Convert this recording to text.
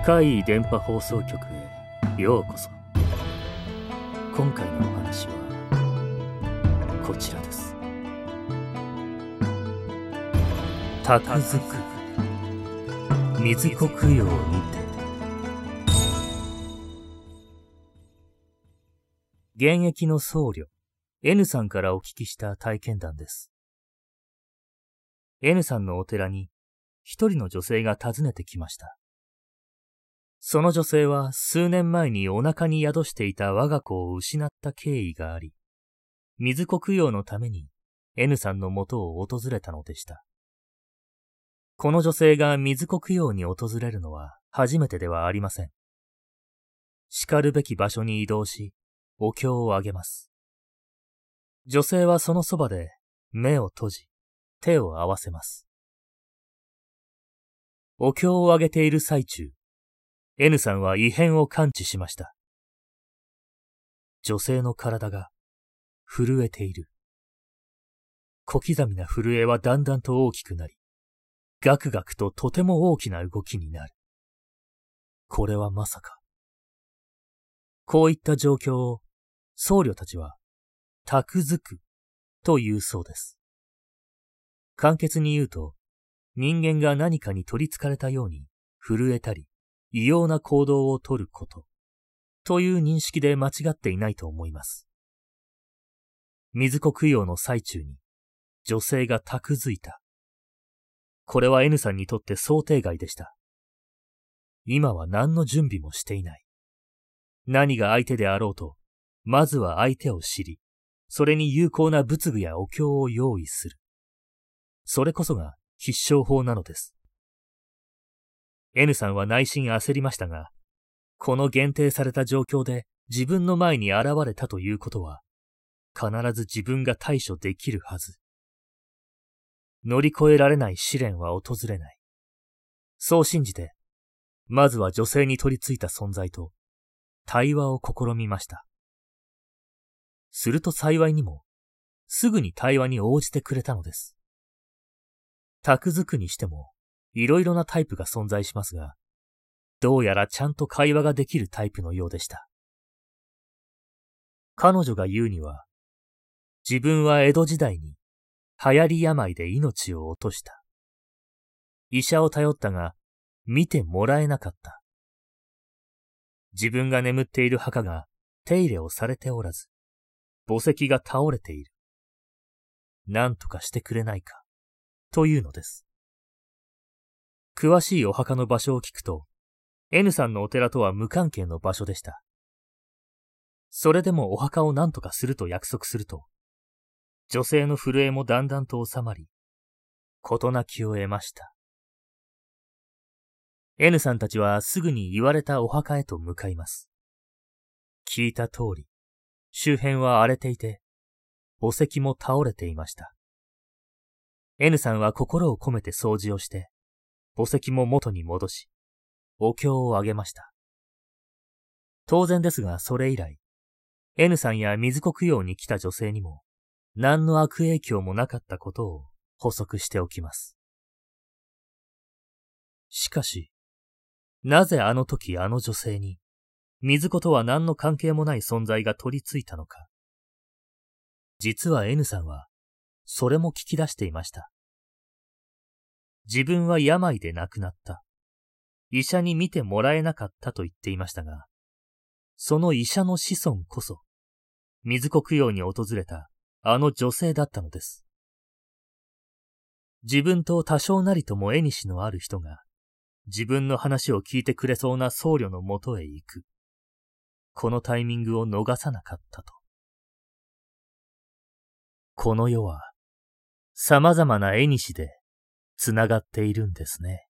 怪異電波放送局へようこそ。今回のお話はこちらです。タクズク水黒曜にて。現役の僧侶 N さんからお聞きした体験談です。N さんのお寺に一人の女性が訪ねてきました。その女性は数年前にお腹に宿していた我が子を失った経緯があり、水黒曜のために N さんの元を訪れたのでした。この女性が水黒曜に訪れるのは初めてではありません。叱るべき場所に移動し、お経をあげます。女性はそのそばで目を閉じ、手を合わせます。お経をあげている最中、N さんは異変を感知しました。女性の体が震えている。小刻みな震えはだんだんと大きくなり、ガクガクととても大きな動きになる。これはまさか。こういった状況を僧侶たちはタクズクというそうです。簡潔に言うと、人間が何かに取り憑かれたように震えたり、異様な行動をとることという認識で間違っていないと思います。水黒曜の最中に女性がタクづいた。これは N さんにとって想定外でした。今は何の準備もしていない。何が相手であろうと、まずは相手を知り、それに有効な仏具やお経を用意する。それこそが必勝法なのです。N さんは内心焦りましたが、この限定された状況で自分の前に現れたということは、必ず自分が対処できるはず。乗り越えられない試練は訪れない。そう信じて、まずは女性に取り付いた存在と対話を試みました。すると幸いにも、すぐに対話に応じてくれたのです。タクづくにしても、いろいろなタイプが存在しますが、どうやらちゃんと会話ができるタイプのようでした。彼女が言うには、自分は江戸時代に流行り病で命を落とした。医者を頼ったが、見てもらえなかった。自分が眠っている墓が手入れをされておらず、墓石が倒れている。何とかしてくれないか、というのです。詳しいお墓の場所を聞くと、N さんのお寺とは無関係の場所でした。それでもお墓を何とかすると約束すると、女性の震えもだんだんと収まり、事なきを得ました。N さんたちはすぐに言われたお墓へと向かいます。聞いた通り、周辺は荒れていて、墓石も倒れていました。N さんは心を込めて掃除をして、墓石も元に戻し、お経をあげました。当然ですが、それ以来、N さんや水黒曜に来た女性にも、何の悪影響もなかったことを補足しておきます。しかし、なぜあの時あの女性に、水子とは何の関係もない存在が取り付いたのか。実は N さんは、それも聞き出していました。自分は病で亡くなった。医者に見てもらえなかったと言っていましたが、その医者の子孫こそ、水黒曜に訪れたあの女性だったのです。自分と多少なりとも縁のある人が、自分の話を聞いてくれそうな僧侶のもとへ行く。このタイミングを逃さなかったと。この世は、様々な縁でつながっているんですね。